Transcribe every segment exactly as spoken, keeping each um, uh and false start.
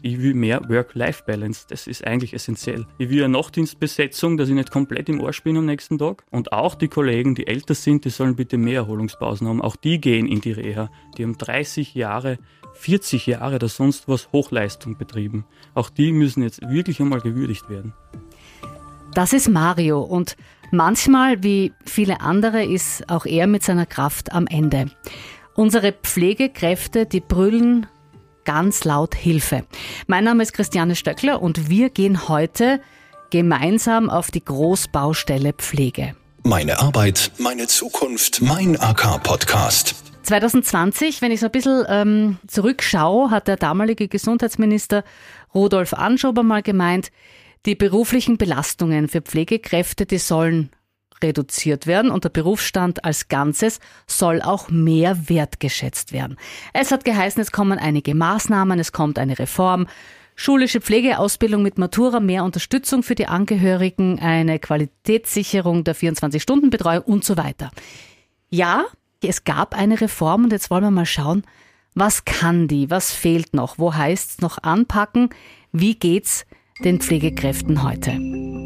Ich will mehr Work-Life-Balance, das ist eigentlich essentiell. Ich will eine Nachtdienstbesetzung, dass ich nicht komplett im Arsch bin am nächsten Tag. Und auch die Kollegen, die älter sind, die sollen bitte mehr Erholungspausen haben. Auch die gehen in die Reha. Die haben dreißig Jahre, vierzig Jahre oder sonst was Hochleistung betrieben. Auch die müssen jetzt wirklich einmal gewürdigt werden. Das ist Mario und manchmal, wie viele andere, ist auch er mit seiner Kraft am Ende. Unsere Pflegekräfte, die brüllen ganz laut Hilfe. Mein Name ist Christiane Stöckler und wir gehen heute gemeinsam auf die Großbaustelle Pflege. Meine Arbeit, meine Zukunft, mein A K-Podcast. zwanzig zwanzig, wenn ich so ein bisschen ähm, zurückschaue, hat der damalige Gesundheitsminister Rudolf Anschober mal gemeint, die beruflichen Belastungen für Pflegekräfte, die sollen reduziert werden und der Berufsstand als Ganzes soll auch mehr wertgeschätzt werden. Es hat geheißen, es kommen einige Maßnahmen, es kommt eine Reform, schulische Pflegeausbildung mit Matura, mehr Unterstützung für die Angehörigen, eine Qualitätssicherung der vierundzwanzig-Stunden-Betreuung und so weiter. Ja, es gab eine Reform und jetzt wollen wir mal schauen, was kann die, was fehlt noch, wo heißt es noch anpacken, wie geht's den Pflegekräften heute?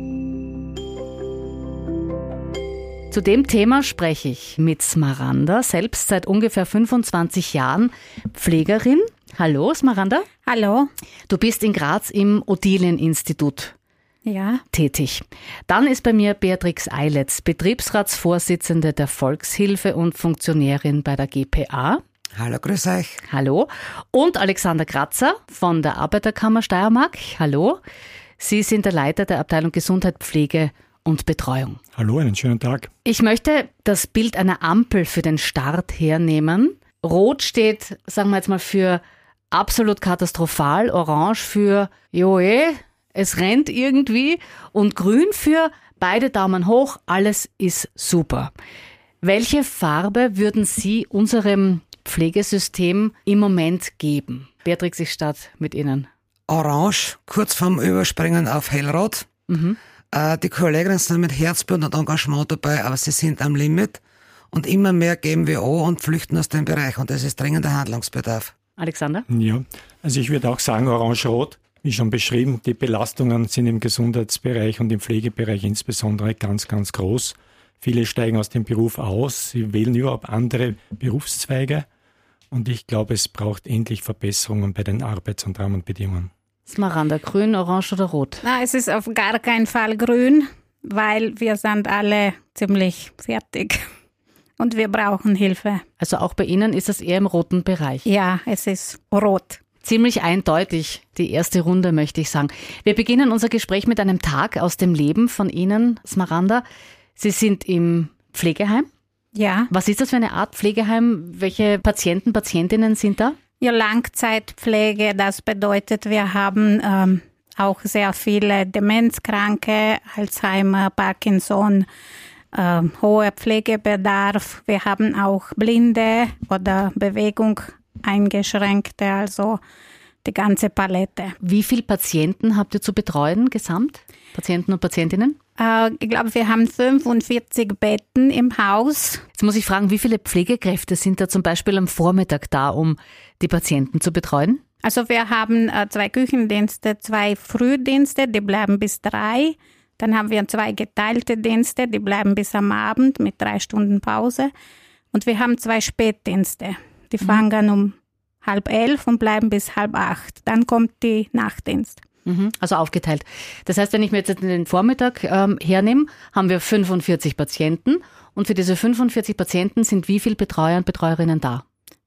Zu dem Thema spreche ich mit Smaranda, selbst seit ungefähr fünfundzwanzig Jahren Pflegerin. Hallo Smaranda. Hallo. Du bist in Graz im Odilien-Institut ja. tätig. Dann ist bei mir Beatrix Eiletz, Betriebsratsvorsitzende der Volkshilfe und Funktionärin bei der G P A. Hallo, grüß euch. Hallo. Und Alexander Kratzer von der Arbeiterkammer Steiermark. Hallo. Sie sind der Leiter der Abteilung Gesundheit, Pflege und Betreuung. Hallo, einen schönen Tag. Ich möchte das Bild einer Ampel für den Start hernehmen. Rot steht, sagen wir jetzt mal, für absolut katastrophal, orange für joe, es rennt irgendwie und grün für beide Daumen hoch, alles ist super. Welche Farbe würden Sie unserem Pflegesystem im Moment geben? Beatrix, ich starte mit Ihnen. Orange, kurz vorm Überspringen auf hellrot. Mhm. Äh, die Kolleginnen sind mit Herzblut und Engagement dabei, aber sie sind am Limit. Und immer mehr geben wir an und flüchten aus dem Bereich. Und das ist dringender Handlungsbedarf. Alexander? Ja, also ich würde auch sagen orange-rot. Wie schon beschrieben, die Belastungen sind im Gesundheitsbereich und im Pflegebereich insbesondere ganz, ganz groß. Viele steigen aus dem Beruf aus, sie wählen überhaupt andere Berufszweige. Und ich glaube, es braucht endlich Verbesserungen bei den Arbeits- und Rahmenbedingungen. Smaranda, grün, orange oder rot? Na, es ist auf gar keinen Fall grün, weil wir sind alle ziemlich fertig und wir brauchen Hilfe. Also auch bei Ihnen ist es eher im roten Bereich? Ja, es ist rot. Ziemlich eindeutig, die erste Runde, möchte ich sagen. Wir beginnen unser Gespräch mit einem Tag aus dem Leben von Ihnen, Smaranda. Sie sind im Pflegeheim? Ja. Was ist das für eine Art Pflegeheim? Welche Patienten, Patientinnen sind da? Ja, Langzeitpflege, das bedeutet, wir haben ähm, auch sehr viele Demenzkranke, Alzheimer, Parkinson, äh, hoher Pflegebedarf. Wir haben auch Blinde oder Bewegung eingeschränkte, also die ganze Palette. Wie viele Patienten habt ihr zu betreuen gesamt? Patienten und Patientinnen? Äh, ich glaube, wir haben fünfundvierzig Betten im Haus. Jetzt muss ich fragen, wie viele Pflegekräfte sind da zum Beispiel am Vormittag da, um die Patienten zu betreuen? Also wir haben äh, zwei Küchendienste, zwei Frühdienste, die bleiben bis drei. Dann haben wir zwei geteilte Dienste, die bleiben bis am Abend mit drei Stunden Pause. Und wir haben zwei Spätdienste, die fangen mhm. um halb elf und bleiben bis halb acht. Dann kommt die Nachtdienst. Mhm, also aufgeteilt. Das heißt, wenn ich mir jetzt den Vormittag ähm, hernehme, haben wir fünfundvierzig Patienten. Und für diese fünfundvierzig Patienten sind wie viele Betreuer und Betreuerinnen da?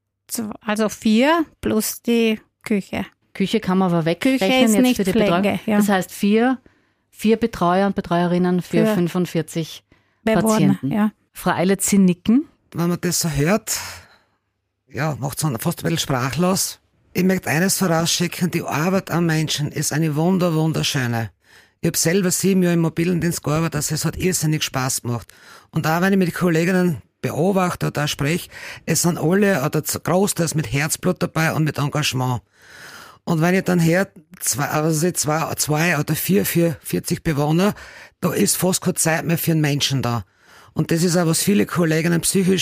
Also vier plus die Küche. Küche kann man aber wegrechnen Küche ist jetzt nicht für die Pflege, Betreuung. ja. Das heißt vier, vier Betreuer und Betreuerinnen für, für fünfundvierzig Bewohner, Patienten. Ja. Frau Eiletz, Sie nicken. Wenn man das so hört, ja, macht es fast ein bisschen sprachlos. Ich möchte eines vorausschicken, die Arbeit am Menschen ist eine wunder, wunderschöne. Ich habe selber sieben Jahre im Mobilendienst gearbeitet, also es hat irrsinnig Spaß gemacht. Und auch wenn ich mit den Kolleginnen beobachte oder spreche, es sind alle oder großteils mit Herzblut dabei und mit Engagement. Und wenn ich dann höre, zwei, also zwei, zwei oder vier, vier, vierzig Bewohner, da ist fast keine Zeit mehr für einen Menschen da. Und das ist auch, was viele Kolleginnen psychisch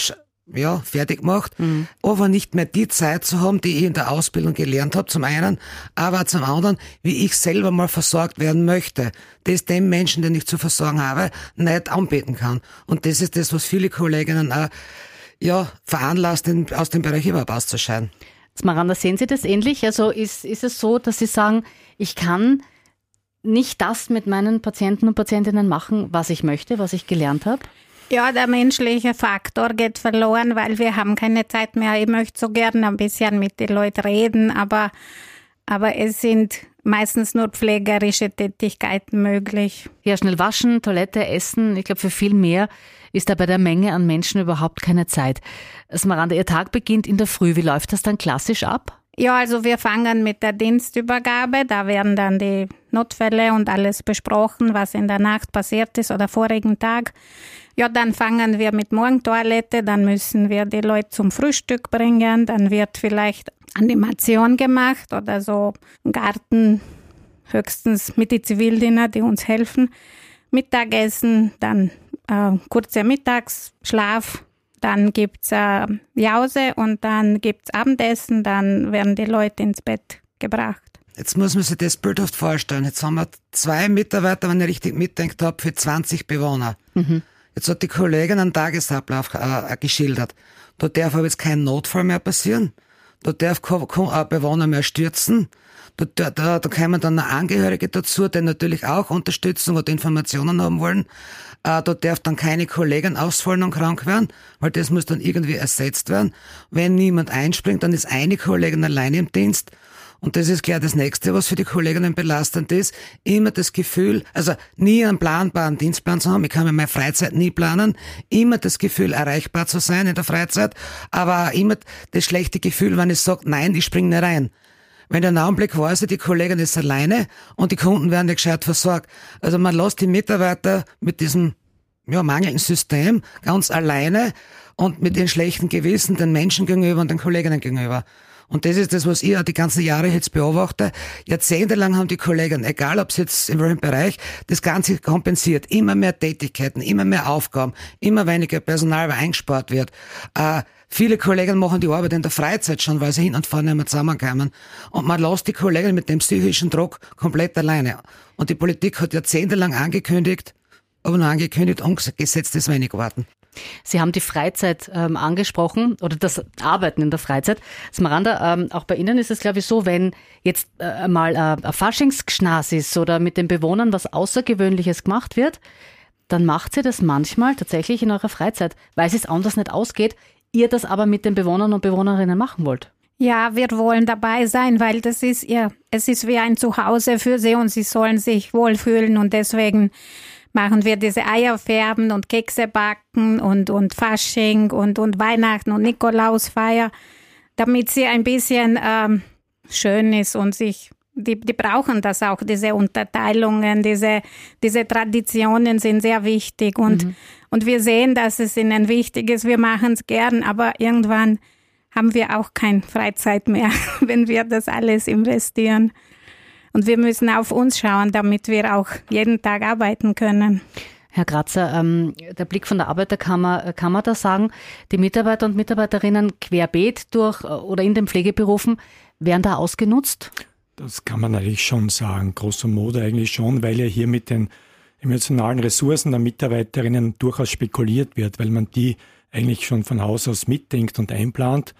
ja, fertig gemacht, mhm. aber nicht mehr die Zeit zu haben, die ich in der Ausbildung gelernt habe, zum einen, aber zum anderen, wie ich selber mal versorgt werden möchte, das dem Menschen, den ich zu versorgen habe, nicht anbieten kann. Und das ist das, was viele Kolleginnen auch, ja, veranlasst, aus dem Bereich überhaupt auszuscheiden. Smaranda, sehen Sie das ähnlich? Also ist, ist es so, dass Sie sagen, ich kann nicht das mit meinen Patienten und Patientinnen machen, was ich möchte, was ich gelernt habe? Ja, der menschliche Faktor geht verloren, weil wir haben keine Zeit mehr. Ich möchte so gerne ein bisschen mit den Leuten reden, aber, aber es sind meistens nur pflegerische Tätigkeiten möglich. Ja, schnell waschen, Toilette, essen. Ich glaube, für viel mehr ist da bei der Menge an Menschen überhaupt keine Zeit. Smaranda, Ihr Tag beginnt in der Früh. Wie läuft das dann klassisch ab? Ja, also wir fangen mit der Dienstübergabe. Da werden dann die Notfälle und alles besprochen, was in der Nacht passiert ist oder vorigen Tag. Ja, dann fangen wir mit Morgentoilette, dann müssen wir die Leute zum Frühstück bringen, dann wird vielleicht Animation gemacht oder so im Garten, höchstens mit den Zivildiener, die uns helfen. Mittagessen, dann äh, kurzer Mittagsschlaf, dann gibt's äh, Jause und dann gibt's Abendessen, dann werden die Leute ins Bett gebracht. Jetzt muss man sich das bildhaft vorstellen. Jetzt haben wir zwei Mitarbeiter, wenn ich richtig mitdenkt habe, für zwanzig Bewohner. Mhm. Jetzt hat die Kollegin einen Tagesablauf äh, geschildert. Da darf aber jetzt kein Notfall mehr passieren. Da darf kein Bewohner mehr stürzen. Da, da, da, da kommen dann Angehörige dazu, die natürlich auch Unterstützung oder Informationen haben wollen. Äh, da darf dann keine Kollegin ausfallen und krank werden, weil das muss dann irgendwie ersetzt werden. Wenn niemand einspringt, dann ist eine Kollegin alleine im Dienst. Und das ist gleich das Nächste, was für die Kolleginnen belastend ist. Immer das Gefühl, also nie einen planbaren Dienstplan zu haben. Ich kann mir meine Freizeit nie planen. Immer das Gefühl, erreichbar zu sein in der Freizeit. Aber auch immer das schlechte Gefühl, wenn ich sage, nein, ich springe nicht rein. Wenn der Augenblick weiß, die Kollegin ist alleine und die Kunden werden nicht gescheit versorgt. Also man lässt die Mitarbeiter mit diesem, ja, mangelnden System ganz alleine und mit den schlechten Gewissen den Menschen gegenüber und den Kolleginnen gegenüber. Und das ist das, was ich auch die ganzen Jahre jetzt beobachte. Jahrzehntelang haben die Kollegen, egal ob sie jetzt in welchem Bereich, das Ganze kompensiert. Immer mehr Tätigkeiten, immer mehr Aufgaben, immer weniger Personal, weil eingespart wird. Äh, viele Kollegen machen die Arbeit in der Freizeit schon, weil sie hin und vorne nicht mehr zusammenkommen. Und man lässt die Kollegen mit dem psychischen Druck komplett alleine. Und die Politik hat jahrzehntelang angekündigt, aber nur angekündigt, umgesetzt ist wenig warten. Sie haben die Freizeit ähm, angesprochen oder das Arbeiten in der Freizeit. Smaranda, ähm, auch bei Ihnen ist es, glaube ich, so, wenn jetzt äh, mal äh, ein Faschingsgschnas ist oder mit den Bewohnern was Außergewöhnliches gemacht wird, dann macht sie das manchmal tatsächlich in eurer Freizeit, weil es anders nicht ausgeht, ihr das aber mit den Bewohnern und Bewohnerinnen machen wollt. Ja, wir wollen dabei sein, weil das ist ihr, es ist wie ein Zuhause für sie und sie sollen sich wohlfühlen und deswegen machen wir diese Eier färben und Kekse backen und, und Fasching und, und Weihnachten und Nikolausfeier, damit sie ein bisschen ähm, schön ist und sich, die, die brauchen das auch, diese Unterteilungen, diese, diese Traditionen sind sehr wichtig und, mhm. und wir sehen, dass es ihnen wichtig ist, wir machen es gern, aber irgendwann haben wir auch keine Freizeit mehr, wenn wir das alles investieren. Und wir müssen auf uns schauen, damit wir auch jeden Tag arbeiten können. Herr Kratzer, ähm, der Blick von der Arbeiterkammer, kann man da sagen, die Mitarbeiter und Mitarbeiterinnen querbeet durch oder in den Pflegeberufen werden da ausgenutzt? Das kann man eigentlich schon sagen, grosso modo eigentlich schon, weil ja hier mit den emotionalen Ressourcen der Mitarbeiterinnen durchaus spekuliert wird, weil man die eigentlich schon von Haus aus mitdenkt und einplant.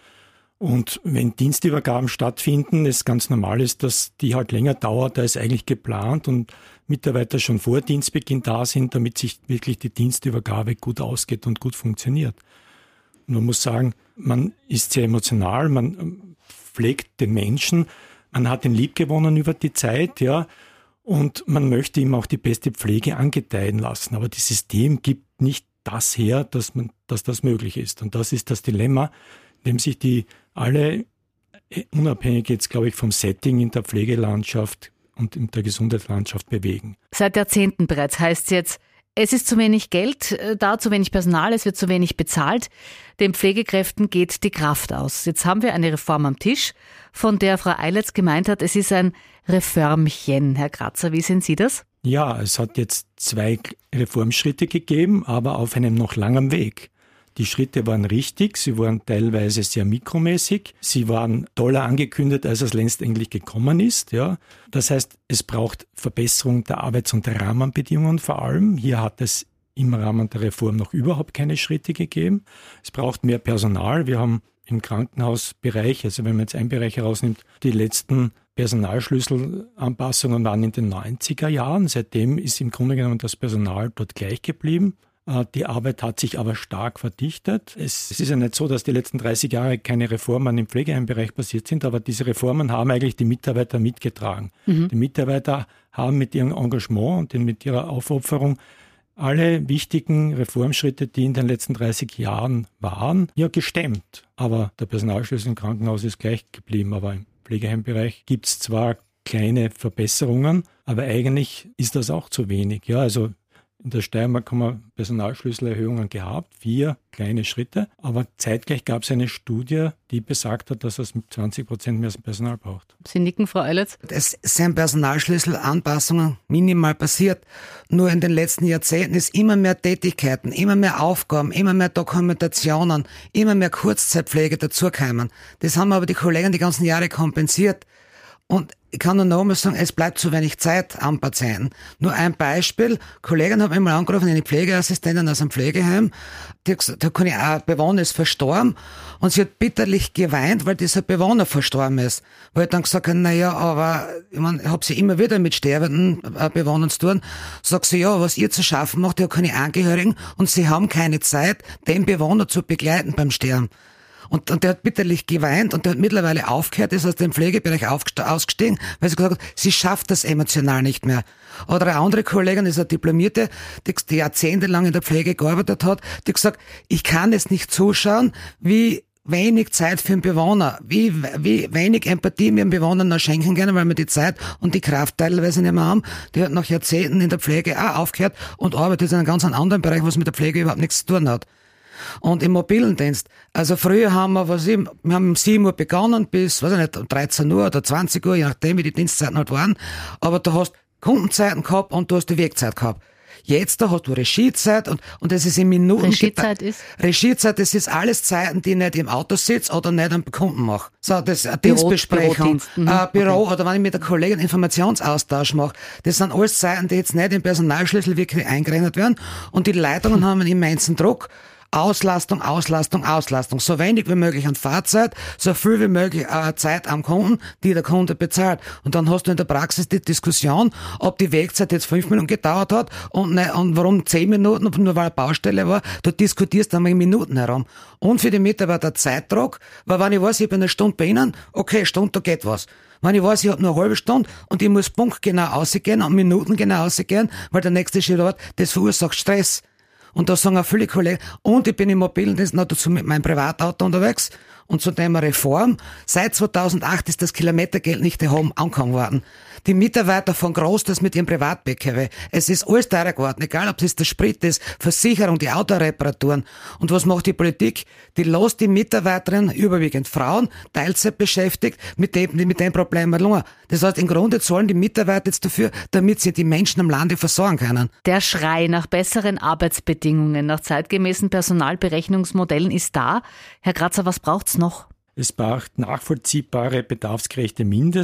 Und wenn Dienstübergaben stattfinden, es ganz normal ist, dass die halt länger dauert als eigentlich geplant und Mitarbeiter schon vor Dienstbeginn da sind, damit sich wirklich die Dienstübergabe gut ausgeht und gut funktioniert. Und man muss sagen, man ist sehr emotional, man pflegt den Menschen, man hat ihn liebgewonnen über die Zeit, ja, und man möchte ihm auch die beste Pflege angedeihen lassen. Aber das System gibt nicht das her, dass man, dass das möglich ist. Und das ist das Dilemma, in dem sich die alle, unabhängig jetzt, glaube ich, vom Setting in der Pflegelandschaft und in der Gesundheitslandschaft bewegen. Seit Jahrzehnten bereits heißt es jetzt, es ist zu wenig Geld da, zu wenig Personal, es wird zu wenig bezahlt. Den Pflegekräften geht die Kraft aus. Jetzt haben wir eine Reform am Tisch, von der Frau Eilertz gemeint hat, es ist ein Reformchen. Herr Kratzer, wie sehen Sie das? Ja, es hat jetzt zwei Reformschritte gegeben, aber auf einem noch langen Weg. Die Schritte waren richtig, sie waren teilweise sehr mikromäßig, sie waren toller angekündigt, als es letztendlich gekommen ist. Ja. Das heißt, es braucht Verbesserung der Arbeits- und der Rahmenbedingungen vor allem. Hier hat es im Rahmen der Reform noch überhaupt keine Schritte gegeben. Es braucht mehr Personal. Wir haben im Krankenhausbereich, also wenn man jetzt einen Bereich herausnimmt, die letzten Personalschlüsselanpassungen waren in den neunziger Jahren. Seitdem ist im Grunde genommen das Personal dort gleich geblieben. Die Arbeit hat sich aber stark verdichtet. Es ist ja nicht so, dass die letzten dreißig Jahre keine Reformen im Pflegeheimbereich passiert sind, aber diese Reformen haben eigentlich die Mitarbeiter mitgetragen. Mhm. Die Mitarbeiter haben mit ihrem Engagement und mit ihrer Aufopferung alle wichtigen Reformschritte, die in den letzten dreißig Jahren waren, ja gestemmt. Aber der Personalschlüssel im Krankenhaus ist gleich geblieben. Aber im Pflegeheimbereich gibt es zwar kleine Verbesserungen, aber eigentlich ist das auch zu wenig. Ja, also in der Steiermark haben wir Personalschlüsselerhöhungen gehabt, vier kleine Schritte, aber zeitgleich gab es eine Studie, die besagt hat, dass es mit zwanzig Prozent mehr Personal braucht. Sie nicken, Frau Eilert? Es sind Personalschlüsselanpassungen minimal passiert. Nur in den letzten Jahrzehnten ist immer mehr Tätigkeiten, immer mehr Aufgaben, immer mehr Dokumentationen, immer mehr Kurzzeitpflege dazugekommen. Das haben aber die Kollegen die ganzen Jahre kompensiert. Und ich kann nur noch einmal sagen, es bleibt zu wenig Zeit am Patienten. Nur ein Beispiel. Kollegin hat mich mal angerufen, eine Pflegeassistentin aus einem Pflegeheim. Die hat gesagt, ein Bewohner ist verstorben. Und sie hat bitterlich geweint, weil dieser Bewohner verstorben ist. Weil ich dann gesagt habe, naja, aber ich meine, ich habe sie immer wieder mit sterbenden Bewohnern zu tun. Sagt sie, ja, was ihr zu schaffen macht, ihr habt keine Angehörigen und sie haben keine Zeit, den Bewohner zu begleiten beim Sterben. Und, und der hat bitterlich geweint und der hat mittlerweile aufgehört, ist aus dem Pflegebereich ausgestiegen, weil sie gesagt hat, sie schafft das emotional nicht mehr. Oder eine andere Kollegin ist eine Diplomierte, die, die jahrzehntelang in der Pflege gearbeitet hat, die gesagt, ich kann es nicht zuschauen, wie wenig Zeit für den Bewohner, wie, wie wenig Empathie wir dem Bewohner noch schenken können, weil wir die Zeit und die Kraft teilweise nicht mehr haben. Die hat nach Jahrzehnten in der Pflege auch aufgehört und arbeitet in einem ganz anderen Bereich, was mit der Pflege überhaupt nichts zu tun hat. Und im mobilen Dienst, also früher haben wir, was ich, wir haben um sieben Uhr begonnen bis, weiß ich nicht, um dreizehn Uhr oder zwanzig Uhr, je nachdem wie die Dienstzeiten halt waren, aber du hast Kundenzeiten gehabt und du hast die Wegzeit gehabt. Jetzt, da hast du Regiezeit und, und das ist in Minuten. Regiezeit ist? Regiezeit, das ist alles Zeiten, die ich nicht im Auto sitze oder nicht am Kunden mache. So, das ist eine Dienstbesprechung, mhm. äh, Büro okay. oder wenn ich mit der Kollegin Informationsaustausch mache. Das sind alles Zeiten, die jetzt nicht im Personalschlüssel wirklich eingerechnet werden und die Leitungen haben einen immensen Druck. Auslastung, Auslastung, Auslastung. So wenig wie möglich an Fahrzeit, so viel wie möglich äh, Zeit am Kunden, die der Kunde bezahlt. Und dann hast du in der Praxis die Diskussion, ob die Wegzeit jetzt fünf Minuten gedauert hat und, ne, und warum zehn Minuten, nur weil eine Baustelle war. Du diskutierst einmal in Minuten herum. Und für die Mitarbeiter Zeitdruck, weil wenn ich weiß, ich bin eine Stunde bei Ihnen, okay, Stunde, da geht was. Wenn ich weiß, ich habe nur eine halbe Stunde und ich muss punktgenau rausgehen und Minuten genau rausgehen, weil der nächste Schritt hat, das verursacht Stress. Und da sagen auch viele Kollegen, und ich bin im mobilen Dienst noch dazu mit meinem Privatauto unterwegs. Und zu dem Reform, seit zweitausendacht ist das Kilometergeld nicht erhoben angehangen worden. Die Mitarbeiter von Großteils mit ihrem Privat-B K W. Es ist alles teurer geworden, egal ob es der Sprit ist, Versicherung, die Autoreparaturen. Und was macht die Politik? Die lässt die Mitarbeiterinnen, überwiegend Frauen, Teilzeit beschäftigt, mit dem, mit dem Problem erlungen. Das heißt, im Grunde zahlen die Mitarbeiter jetzt dafür, damit sie die Menschen am Lande versorgen können. Der Schrei nach besseren Arbeitsbedingungen, nach zeitgemäßen Personalberechnungsmodellen ist da. Herr Grazer, was braucht's noch? Es braucht nachvollziehbare, bedarfsgerechte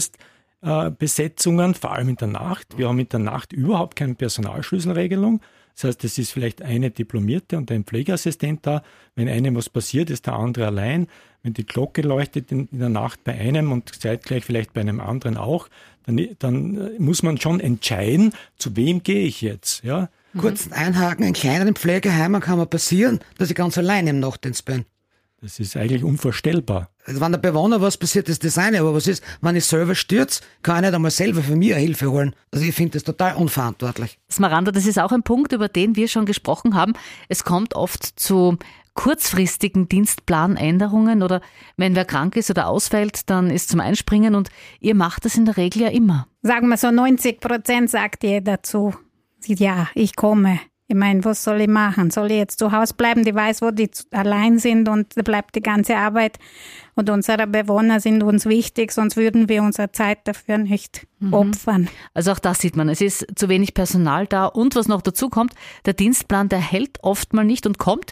Mindestbesetzungen, vor allem in der Nacht. Wir haben in der Nacht überhaupt keine Personalschlüsselregelung. Das heißt, es ist vielleicht eine Diplomierte und ein Pflegeassistent da. Wenn einem was passiert, ist der andere allein. Wenn die Glocke leuchtet in der Nacht bei einem und zeitgleich vielleicht bei einem anderen auch, dann, dann muss man schon entscheiden, zu wem gehe ich jetzt. Ja? Mhm. Kurz einhaken, in kleineren Pflegeheimen kann man passieren, dass ich ganz allein im Nachtdienst bin. Das ist eigentlich unvorstellbar. Also wenn der Bewohner was passiert, ist das eine. Aber was ist, wenn ich selber stürze, kann ich nicht einmal selber für mich eine Hilfe holen. Also ich finde das total unverantwortlich. Smaranda, das ist auch ein Punkt, über den wir schon gesprochen haben. Es kommt oft zu kurzfristigen Dienstplanänderungen oder wenn wer krank ist oder ausfällt, dann ist zum Einspringen und ihr macht das in der Regel ja immer. Sagen wir so, neunzig Prozent sagt ihr dazu, ja, ich komme. Ich meine, was soll ich machen? Soll ich jetzt zu Hause bleiben? Die weiß, wo die allein sind und da bleibt die ganze Arbeit. Und unsere Bewohner sind uns wichtig, sonst würden wir unsere Zeit dafür nicht mhm. opfern. Also auch das sieht man. Es ist zu wenig Personal da. Und was noch dazu kommt, der Dienstplan, der hält oft mal nicht und kommt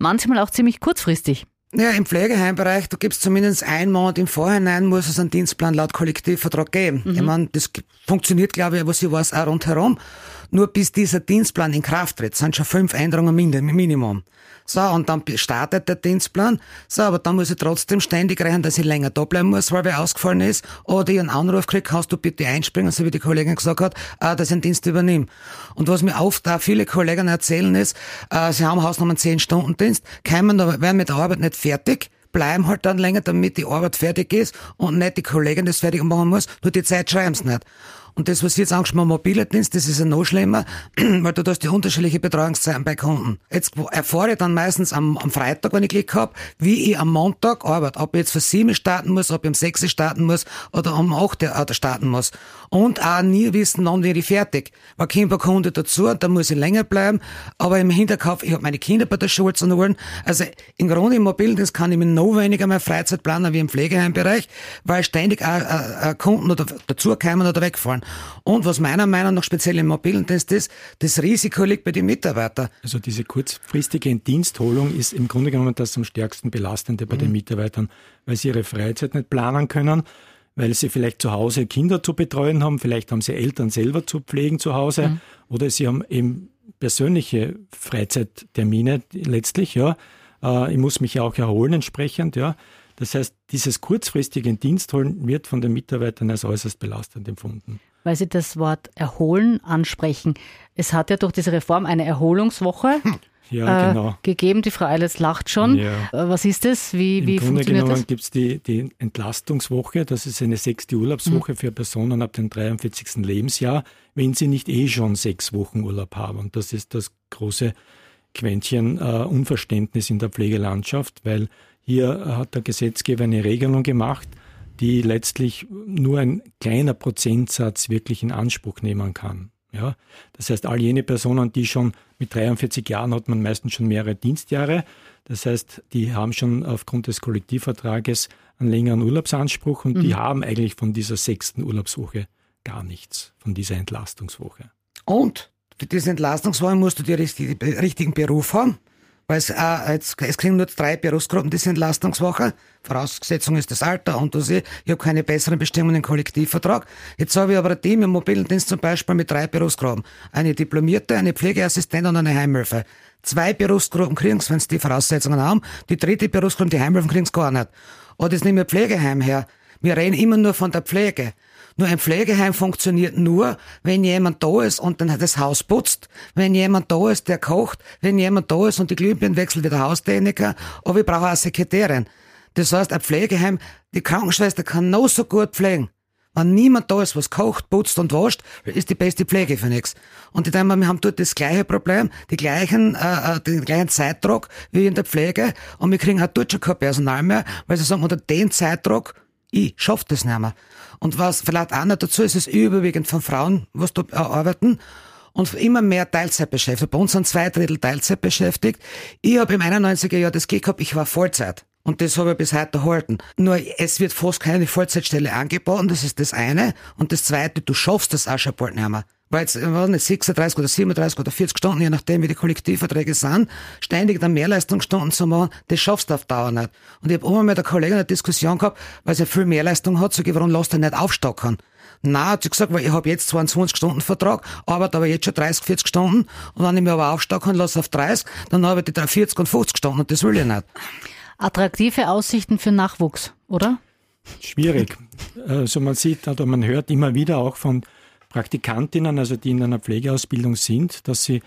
manchmal auch ziemlich kurzfristig. Ja, im Pflegeheimbereich, da gibt's zumindest einen Monat im Vorhinein, muss es einen Dienstplan laut Kollektivvertrag geben. Mhm. Ich meine, das funktioniert, glaube ich, was ich weiß, auch rundherum. Nur bis dieser Dienstplan in Kraft tritt, sind schon fünf Änderungen Minimum. So, und dann startet der Dienstplan. So, aber dann muss ich trotzdem ständig rechnen, dass ich länger da bleiben muss, weil wer ausgefallen ist. Oder ich einen Anruf kriege, kannst du bitte einspringen, so wie die Kollegin gesagt hat, äh, dass ich einen Dienst übernehme. Und was mir oft auch viele Kollegen erzählen ist, äh, sie haben Hausnummer zehn Stunden Dienst, kommen aber, werden mit der Arbeit nicht fertig, bleiben halt dann länger, damit die Arbeit fertig ist und nicht die Kollegin das fertig machen muss, nur die Zeit schreiben sie nicht. Und das, was Sie jetzt angesprochen haben, mobiler Dienst, das ist ja noch schlimmer, weil du hast die unterschiedliche Betreuungszeiten bei Kunden. Jetzt erfahre ich dann meistens am, am Freitag, wenn ich Glück habe, wie ich am Montag arbeite. Ob ich jetzt für sieben starten muss, ob ich um sechs starten muss oder um acht starten muss. Und auch nie wissen, wann werde ich fertig. Weil kommt ein Kunde dazu, dann muss ich länger bleiben. Aber im Hinterkopf, ich habe meine Kinder bei der Schule zu holen. Also im Grunde im mobilen Dienst kann ich mir noch weniger mehr Freizeit planen wie im Pflegeheimbereich, weil ständig auch, äh, äh, Kunden oder dazukommen oder wegfallen. Und was meiner Meinung nach speziell im mobilen Dienst ist, das Risiko liegt bei den Mitarbeitern. Also diese kurzfristige Indienstholung ist im Grunde genommen das am stärksten Belastende bei mhm. den Mitarbeitern, weil sie ihre Freizeit nicht planen können, weil sie vielleicht zu Hause Kinder zu betreuen haben, vielleicht haben sie Eltern selber zu pflegen zu Hause mhm. oder sie haben eben persönliche Freizeittermine letztlich, ja. Ich muss mich ja auch erholen entsprechend, ja. Das heißt, dieses kurzfristige Indienstholen wird von den Mitarbeitern als äußerst belastend empfunden. Weil Sie das Wort Erholen ansprechen. Es hat ja durch diese Reform eine Erholungswoche ja, äh, genau. gegeben. Die Frau Eilers lacht schon. Ja. Was ist das? Wie, Im wie Grunde funktioniert genommen das? Gibt es die, die Entlastungswoche. Das ist eine sechste Urlaubswoche mhm. für Personen ab dem dreiundvierzigsten Lebensjahr, wenn sie nicht eh schon sechs Wochen Urlaub haben. Und das ist das große Quäntchen äh, Unverständnis in der Pflegelandschaft, weil hier hat der Gesetzgeber eine Regelung gemacht, die letztlich nur ein kleiner Prozentsatz wirklich in Anspruch nehmen kann. Ja, das heißt, all jene Personen, die schon mit dreiundvierzig Jahren hat man meistens schon mehrere Dienstjahre. Das heißt, die haben schon aufgrund des Kollektivvertrages einen längeren Urlaubsanspruch und mhm. die haben eigentlich von dieser sechsten Urlaubswoche gar nichts, von dieser Entlastungswoche. Und für diese Entlastungswoche musst du den richtigen Beruf haben. Weil es, äh, jetzt, es kriegen nur drei Berufsgruppen diese Entlastungswoche. Voraussetzung ist das Alter und das ich, ich habe keine besseren Bestimmungen im Kollektivvertrag. Jetzt habe ich aber ein Team im mobilen Dienst zum Beispiel mit drei Berufsgruppen. Eine Diplomierte, eine Pflegeassistentin und eine Heimhilfe. Zwei Berufsgruppen kriegen es, wenn sie die Voraussetzungen haben. Die dritte Berufsgruppe, die Heimhilfen, kriegen es gar nicht. Oder jetzt nehmen wir Pflegeheim her. Wir reden immer nur von der Pflege. Nur ein Pflegeheim funktioniert nur, wenn jemand da ist und dann das Haus putzt, wenn jemand da ist, der kocht, wenn jemand da ist und die Glühbirnen wechselt wie der Haustechniker, aber ich brauche auch eine Sekretärin. Das heißt, ein Pflegeheim, die Krankenschwester kann noch so gut pflegen. Wenn niemand da ist, was kocht, putzt und wascht, ist die beste Pflege für nichts. Und ich denke mal, wir haben dort das gleiche Problem, die gleichen, äh, den gleichen Zeitdruck wie in der Pflege und wir kriegen auch dort schon kein Personal mehr, weil sie sagen, unter den Zeitdruck, ich schaff das nicht mehr. Und was vielleicht auch noch dazu ist, ist überwiegend von Frauen, was da arbeiten und immer mehr Teilzeit beschäftigt. Bei uns sind zwei Drittel Teilzeit beschäftigt. Ich habe im einundneunziger Jahr das Glück gehabt, ich war Vollzeit. Und das habe ich bis heute erhalten. Nur es wird fast keine Vollzeitstelle angeboten, das ist das eine. Und das zweite, du schaffst das auch schon bald nicht mehr. Weil jetzt, weiß nicht, sechsunddreißig oder siebenunddreißig oder vierzig Stunden, je nachdem wie die Kollektivverträge sind, ständig dann Mehrleistungsstunden zu machen, das schaffst du auf Dauer nicht. Und ich habe immer mit der Kollegin eine Diskussion gehabt, weil sie viel Mehrleistung hat, sag ich, warum lässt du nicht aufstocken? Nein, hat sie gesagt, weil ich habe jetzt zweiundzwanzig Stunden Vertrag, arbeite aber jetzt schon dreißig, vierzig Stunden und wenn ich mir aber aufstocken lasse auf dreißig, dann arbeite ich vierzig und fünfzig Stunden und das will ich nicht. Attraktive Aussichten für Nachwuchs, oder? Schwierig. Also man sieht oder man hört immer wieder auch von Praktikantinnen, also die in einer Pflegeausbildung sind, dass sie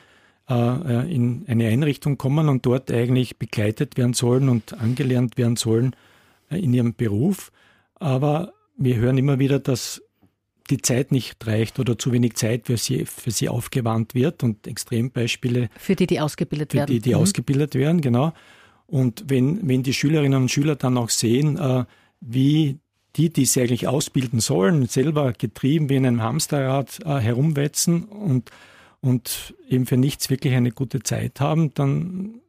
äh, in eine Einrichtung kommen und dort eigentlich begleitet werden sollen und angelernt werden sollen äh, in ihrem Beruf. Aber wir hören immer wieder, dass die Zeit nicht reicht oder zu wenig Zeit für sie, für sie aufgewandt wird und Extrembeispiele. Für die, die ausgebildet für werden. Für die, die mhm. ausgebildet werden, genau. Und wenn, wenn die Schülerinnen und Schüler dann auch sehen, äh, wie die, die sie eigentlich ausbilden sollen, selber getrieben wie in einem Hamsterrad äh, herumwetzen und, und eben für nichts wirklich eine gute Zeit haben, dann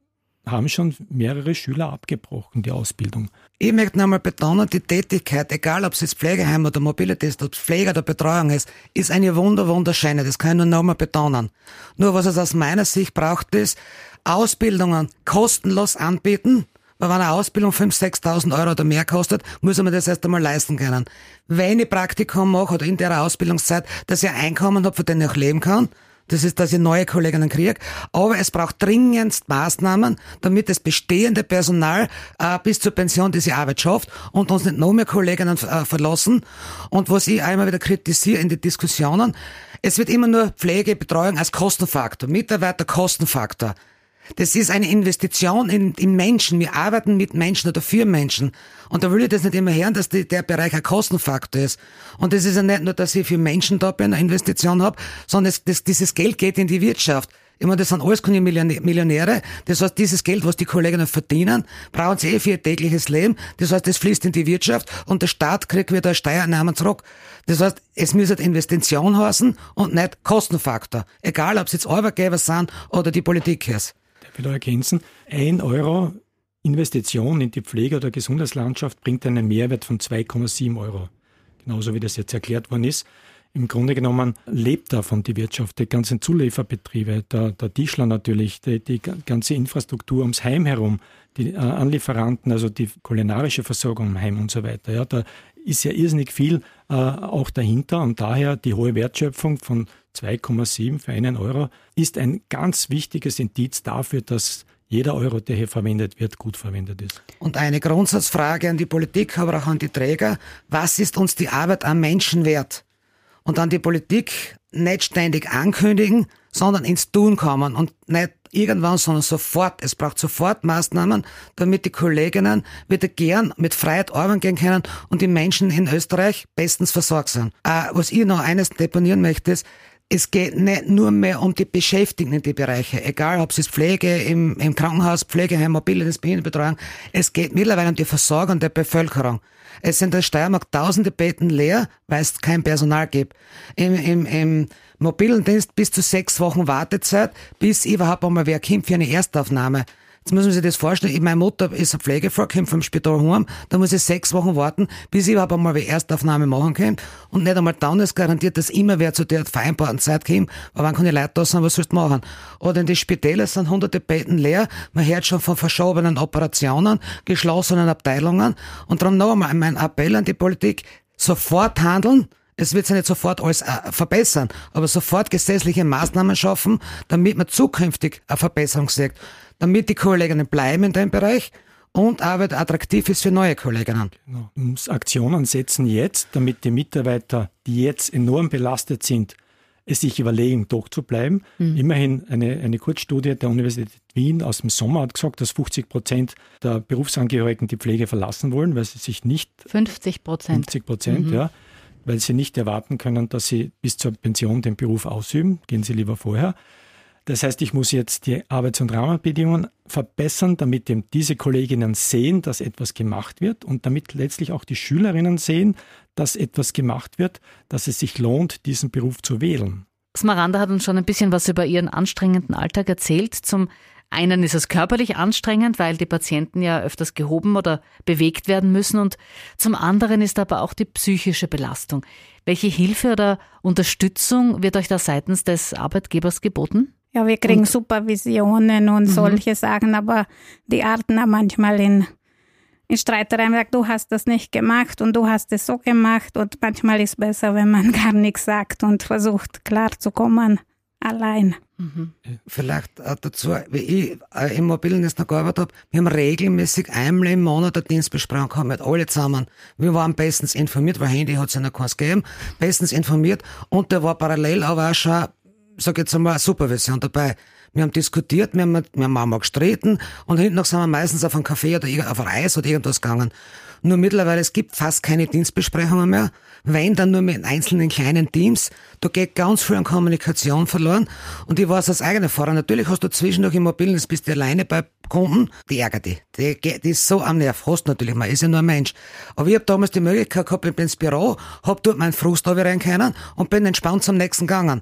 haben schon mehrere Schüler abgebrochen, die Ausbildung. Ich möchte nochmal betonen, die Tätigkeit, egal ob es jetzt Pflegeheim oder Mobility ist, ob es Pflege oder Betreuung ist, ist eine wunder, wunderschöne. Das kann ich nur nochmal betonen. Nur was es aus meiner Sicht braucht, ist Ausbildungen kostenlos anbieten. Weil wenn eine Ausbildung fünftausend, sechstausend Euro oder mehr kostet, muss man das erst einmal leisten können. Wenn ich Praktikum mache oder in der Ausbildungszeit, dass ich ein Einkommen habe, von dem ich auch leben kann, das ist, dass ich neue Kolleginnen kriege. Aber es braucht dringendst Maßnahmen, damit das bestehende Personal äh, bis zur Pension diese Arbeit schafft und uns nicht noch mehr Kolleginnen äh, verlassen. Und was ich einmal wieder kritisiere in den Diskussionen, es wird immer nur Pflege, Betreuung als Kostenfaktor, Mitarbeiter Kostenfaktor. Das ist eine Investition in, in Menschen. Wir arbeiten mit Menschen oder für Menschen. Und da will ich das nicht immer hören, dass die, der Bereich ein Kostenfaktor ist. Und das ist ja nicht nur, dass ich für Menschen da bin, eine Investition habe, sondern es, das, dieses Geld geht in die Wirtschaft. Ich meine, das sind alles keine Millionäre. Das heißt, dieses Geld, was die Kolleginnen verdienen, brauchen sie eh für ihr tägliches Leben. Das heißt, das fließt in die Wirtschaft und der Staat kriegt wieder Steuereinnahmen zurück. Das heißt, es muss halt Investition heißen und nicht Kostenfaktor. Egal, ob es jetzt Arbeitgeber sind oder die Politik ist. Ich will ergänzen, ein Euro Investition in die Pflege- oder Gesundheitslandschaft bringt einen Mehrwert von zwei Komma sieben Euro. Genauso wie das jetzt erklärt worden ist. Im Grunde genommen lebt davon die Wirtschaft, die ganzen Zulieferbetriebe, der, der Tischler natürlich, die, die ganze Infrastruktur ums Heim herum, die äh, Anlieferanten, also die kulinarische Versorgung im Heim und so weiter. Ja, da ist ja irrsinnig viel äh, auch dahinter und daher die hohe Wertschöpfung von zwei Komma sieben für einen Euro ist ein ganz wichtiges Indiz dafür, dass jeder Euro, der hier verwendet wird, gut verwendet ist. Und eine Grundsatzfrage an die Politik, aber auch an die Träger. Was ist uns die Arbeit am Menschen wert? Und an die Politik nicht ständig ankündigen, sondern ins Tun kommen und nicht irgendwann, sondern sofort. Es braucht sofort Maßnahmen, damit die Kolleginnen wieder gern mit Freiheit arbeiten gehen können und die Menschen in Österreich bestens versorgt sind. Äh, was ich noch eines deponieren möchte, ist, es geht nicht nur mehr um die Beschäftigten in die Bereiche, egal ob es ist Pflege im, im Krankenhaus, Pflegeheim, Mobilität, Behindertenbetreuung. Es geht mittlerweile um die Versorgung der Bevölkerung. Es sind in der Steiermark tausende Betten leer, weil es kein Personal gibt. Im, im, im mobilen Dienst bis zu sechs Wochen Wartezeit, bis überhaupt einmal wer kommt für eine Erstaufnahme. Jetzt muss man sich das vorstellen, meine Mutter ist eine Pflegefrau, kommt vom Spital heim, da muss ich sechs Wochen warten, bis ich überhaupt einmal eine Erstaufnahme machen kann. Und nicht einmal dann ist garantiert, dass immer wer zu der vereinbarten Zeit kommt, aber wenn keine Leute da sind, was sollst du machen? Oder in den Spitälern sind hunderte Betten leer, man hört schon von verschobenen Operationen, geschlossenen Abteilungen. Und darum noch einmal mein Appell an die Politik, sofort handeln. Es wird sich nicht sofort alles äh, verbessern, aber sofort gesetzliche Maßnahmen schaffen, damit man zukünftig eine Verbesserung sieht. Damit die Kolleginnen bleiben in dem Bereich und Arbeit attraktiv ist für neue Kolleginnen. Genau. Man muss Aktionen setzen jetzt, damit die Mitarbeiter, die jetzt enorm belastet sind, es sich überlegen, doch zu bleiben. Mhm. Immerhin eine, eine Kurzstudie der Universität Wien aus dem Sommer hat gesagt, dass fünfzig Prozent der Berufsangehörigen die Pflege verlassen wollen, weil sie sich nicht... fünfzig Prozent. fünfzig Prozent, mhm. ja. Weil sie nicht erwarten können, dass sie bis zur Pension den Beruf ausüben. Gehen sie lieber vorher. Das heißt, ich muss jetzt die Arbeits- und Rahmenbedingungen verbessern, damit eben diese Kolleginnen sehen, dass etwas gemacht wird und damit letztlich auch die Schülerinnen sehen, dass etwas gemacht wird, dass es sich lohnt, diesen Beruf zu wählen. Smaranda hat uns schon ein bisschen was über ihren anstrengenden Alltag erzählt. Zum einen ist es körperlich anstrengend, weil die Patienten ja öfters gehoben oder bewegt werden müssen und zum anderen ist aber auch die psychische Belastung. Welche Hilfe oder Unterstützung wird euch da seitens des Arbeitgebers geboten? Ja, wir kriegen und, Supervisionen und mhm. solche Sachen, aber die arten auch manchmal in, in Streitereien, sagt, du hast das nicht gemacht und du hast es so gemacht und manchmal ist es besser, wenn man gar nichts sagt und versucht klarzukommen, allein. Mhm. Vielleicht auch dazu, wie ich äh, im Mobilnetz noch gearbeitet habe, wir haben regelmäßig einmal im Monat eine Dienstbesprechung gehabt mit alle zusammen. Wir waren bestens informiert, weil Handy hat es ja noch keins gegeben, bestens informiert und da war parallel aber auch schon, sag jetzt einmal, Supervision dabei. Wir haben diskutiert, wir haben, wir haben auch mal gestritten und hinten noch sind wir meistens auf einen Kaffee oder auf ein Eis oder irgendwas gegangen. Nur mittlerweile, es gibt fast keine Dienstbesprechungen mehr. Wenn, dann nur mit einzelnen kleinen Teams. Da geht ganz viel an Kommunikation verloren. Und ich weiß aus eigener Erfahrung, natürlich hast du zwischendurch im Mobilen, bist du alleine bei Kunden, die ärgert dich. Die, die ist so am Nerv. Hast natürlich, man ist ja nur ein Mensch. Aber ich habe damals die Möglichkeit gehabt, ich bin ins Büro, hab dort meinen Frust rein können und bin entspannt zum nächsten gegangen.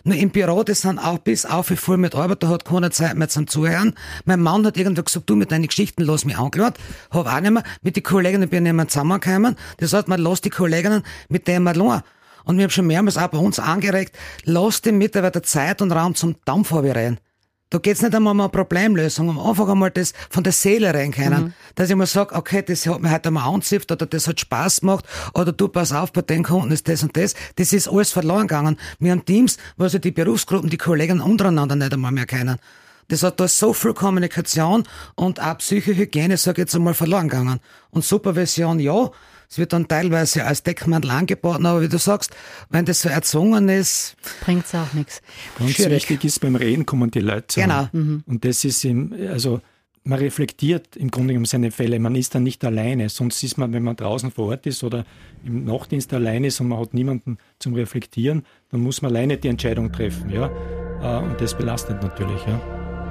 Nur im Büro, das sind auch bis auf wie voll mit Arbeit, da hat keiner Zeit mehr zum Zuhören. Mein Mann hat irgendwann gesagt, du mit deinen Geschichten, lass mich angeladen. Hab auch nicht mehr. Mit den Kolleginnen bin ich nicht mehr zusammengekommen. Das heißt, man lässt die Kolleginnen mit denen allein. Und wir haben schon mehrmals auch bei uns angeregt, lass den Mitarbeiter Zeit und Raum zum Dampf reden. Da geht's nicht einmal um eine Problemlösung, um einfach einmal das von der Seele rein können. Mhm. Dass ich mal sage, okay, das hat mir heute mal anzipft oder das hat Spaß gemacht oder du pass auf, bei den Kunden ist das und das. Das ist alles verloren gegangen. Wir haben Teams, wo sich die Berufsgruppen, die Kollegen untereinander nicht einmal mehr kennen. Das hat da so viel Kommunikation und auch Psychohygiene, sag ich jetzt einmal, verloren gegangen. Und Supervision, ja, es wird dann teilweise als Deckmantel angeboten, aber wie du sagst, wenn das so erzwungen ist, bringt's auch nichts. Ganz Schwierig. wichtig ist, beim Reden kommen die Leute zusammen. Genau. Mhm. Und das ist im, also man reflektiert im Grunde genommen seine Fälle. Man ist dann nicht alleine. Sonst ist man, wenn man draußen vor Ort ist oder im Nachtdienst alleine ist und man hat niemanden zum Reflektieren, dann muss man alleine die Entscheidung treffen. Ja? Und das belastet natürlich. Ja.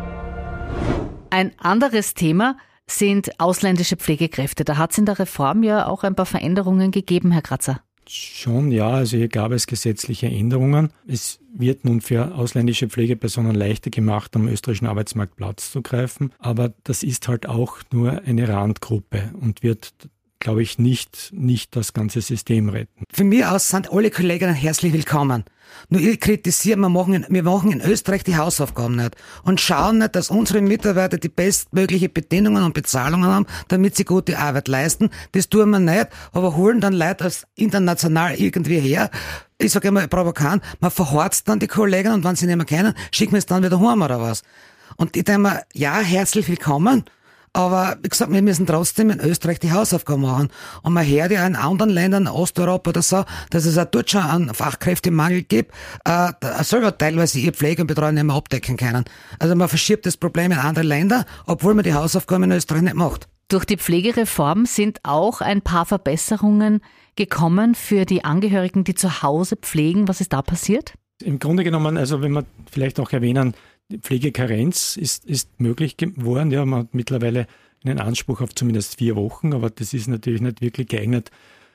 Ein anderes Thema sind ausländische Pflegekräfte. Da hat es in der Reform ja auch ein paar Veränderungen gegeben, Herr Kratzer. Schon, ja. Also hier gab es gesetzliche Änderungen. Es wird nun für ausländische Pflegepersonen leichter gemacht, am österreichischen Arbeitsmarkt Platz zu greifen. Aber das ist halt auch nur eine Randgruppe und wird, glaube ich, nicht, nicht das ganze System retten. Von mir aus sind alle Kolleginnen herzlich willkommen. Nur ich kritisiere, wir machen, in, wir machen in Österreich die Hausaufgaben nicht und schauen nicht, dass unsere Mitarbeiter die bestmöglichen Bedingungen und Bezahlungen haben, damit sie gute Arbeit leisten. Das tun wir nicht, aber holen dann Leute als international irgendwie her. Ich sage immer provokant, man verhorzt dann die Kollegen und wenn sie nicht mehr kennen, schicken wir es dann wieder heim oder was. Und ich denke mir, ja, herzlich willkommen. Aber wie gesagt, wir müssen trotzdem in Österreich die Hausaufgaben machen. Und man hört ja in anderen Ländern, Osteuropa oder so, dass es auch dort schon einen Fachkräftemangel gibt, äh, selber teilweise ihre Pflege und Betreuung nicht mehr abdecken können. Also man verschiebt das Problem in andere Länder, obwohl man die Hausaufgaben in Österreich nicht macht. Durch die Pflegereform sind auch ein paar Verbesserungen gekommen für die Angehörigen, die zu Hause pflegen. Was ist da passiert? Im Grunde genommen, also wenn wir vielleicht auch erwähnen, die Pflegekarenz ist, ist möglich geworden. Ja, man hat mittlerweile einen Anspruch auf zumindest vier Wochen, aber das ist natürlich nicht wirklich geeignet,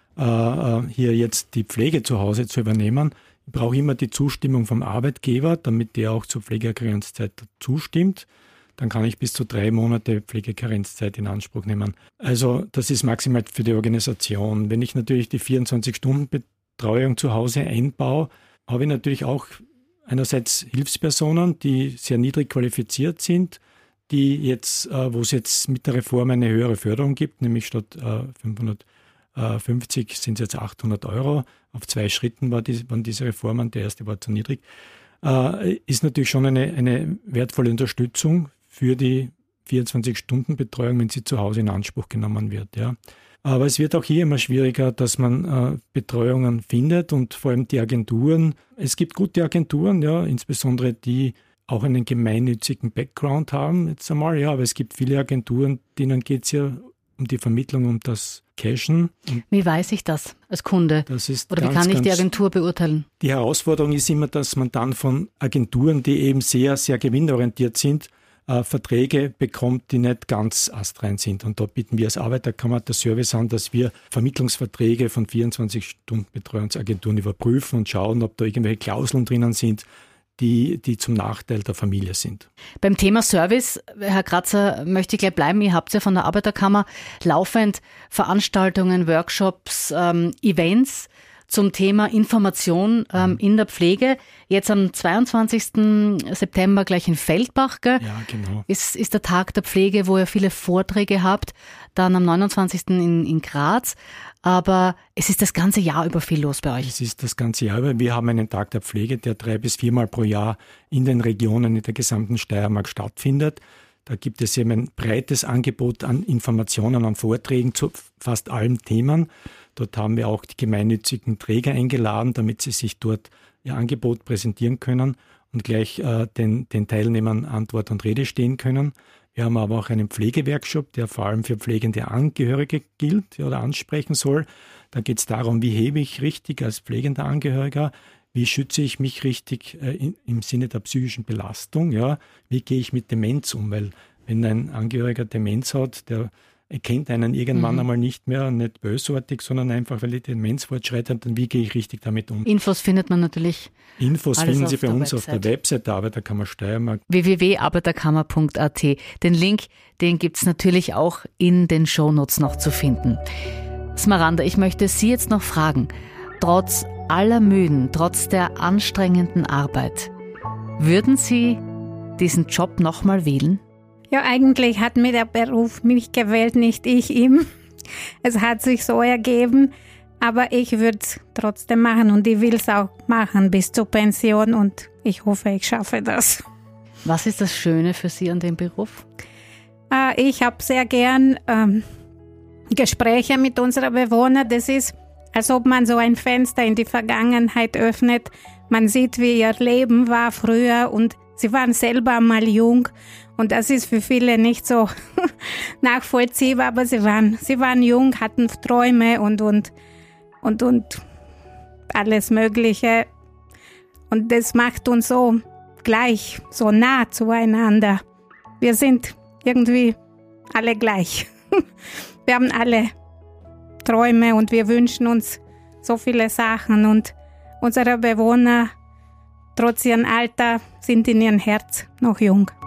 äh, hier jetzt die Pflege zu Hause zu übernehmen. Ich brauche immer die Zustimmung vom Arbeitgeber, damit der auch zur Pflegekarenzzeit zustimmt. Dann kann ich bis zu drei Monate Pflegekarenzzeit in Anspruch nehmen. Also das ist maximal für die Organisation. Wenn ich natürlich die vierundzwanzig-Stunden-Betreuung zu Hause einbaue, habe ich natürlich auch einerseits Hilfspersonen, die sehr niedrig qualifiziert sind, die jetzt, äh, wo es jetzt mit der Reform eine höhere Förderung gibt, nämlich statt äh, fünfhundertfünfzig sind es jetzt achthundert Euro. Auf zwei Schritten war die, waren diese Reformen, der erste war zu niedrig. Äh, ist natürlich schon eine, eine wertvolle Unterstützung für die vierundzwanzig-Stunden-Betreuung, wenn sie zu Hause in Anspruch genommen wird. Ja. Aber es wird auch hier immer schwieriger, dass man äh, Betreuungen findet und vor allem die Agenturen. Es gibt gute Agenturen, ja, insbesondere die auch einen gemeinnützigen Background haben, jetzt einmal, ja, aber es gibt viele Agenturen, denen geht es ja um die Vermittlung, um das Cashen. Und wie weiß ich das als Kunde? Das ist Oder ganz, wie kann ich ganz, die Agentur beurteilen? Die Herausforderung ist immer, dass man dann von Agenturen, die eben sehr, sehr gewinnorientiert sind, Äh, Verträge bekommt, die nicht ganz astrein sind. Und da bieten wir als Arbeiterkammer der Service an, dass wir Vermittlungsverträge von vierundzwanzig-Stunden-Betreuungsagenturen überprüfen und schauen, ob da irgendwelche Klauseln drinnen sind, die, die zum Nachteil der Familie sind. Beim Thema Service, Herr Kratzer, möchte ich gleich bleiben. Ihr habt ja von der Arbeiterkammer laufend Veranstaltungen, Workshops, ähm, Events zum Thema Information ähm, in der Pflege. Jetzt am zweiundzwanzigsten September gleich in Feldbach, gell? Ja, genau. Ist, ist der Tag der Pflege, wo ihr viele Vorträge habt. Dann am neunundzwanzigsten in, in Graz. Aber es ist das ganze Jahr über viel los bei euch. Es ist das ganze Jahr über. Wir haben einen Tag der Pflege, der drei bis viermal pro Jahr in den Regionen in der gesamten Steiermark stattfindet. Da gibt es eben ein breites Angebot an Informationen, an Vorträgen zu fast allen Themen. Dort haben wir auch die gemeinnützigen Träger eingeladen, damit sie sich dort ihr Angebot präsentieren können und gleich äh, den, den Teilnehmern Antwort und Rede stehen können. Wir haben aber auch einen Pflegeworkshop, der vor allem für pflegende Angehörige gilt, ja, oder ansprechen soll. Da geht es darum, wie hebe ich richtig als pflegender Angehöriger, wie schütze ich mich richtig äh, in, im Sinne der psychischen Belastung, ja, wie gehe ich mit Demenz um, weil wenn ein Angehöriger Demenz hat, der erkennt einen irgendwann Mhm. einmal nicht mehr, nicht bösartig, sondern einfach, weil die Demenz fortschreitet, dann wie gehe ich richtig damit um. Infos findet man natürlich Infos alles finden auf Sie bei der uns auf der Website. Website Arbeiterkammer Steiermark. w w w punkt arbeiterkammer punkt a t. Den Link, den gibt es natürlich auch in den Shownotes noch zu finden. Smaranda, ich möchte Sie jetzt noch fragen, trotz aller Mühen, trotz der anstrengenden Arbeit, würden Sie diesen Job nochmal wählen? Ja, eigentlich hat mir der Beruf mich gewählt, nicht ich ihm. Es hat sich so ergeben, aber ich würde es trotzdem machen und ich will es auch machen bis zur Pension und ich hoffe, ich schaffe das. Was ist das Schöne für Sie an dem Beruf? Äh, ich habe sehr gern ähm, Gespräche mit unseren Bewohnern. Das ist, als ob man so ein Fenster in die Vergangenheit öffnet. Man sieht, wie ihr Leben war früher und sie waren selber mal jung. Und das ist für viele nicht so nachvollziehbar, aber sie waren, sie waren jung, hatten Träume und, und, und, und alles Mögliche. Und das macht uns so gleich, so nah zueinander. Wir sind irgendwie alle gleich. Wir haben alle Träume und wir wünschen uns so viele Sachen. Und unsere Bewohner, trotz ihrem Alter, sind in ihrem Herz noch jung.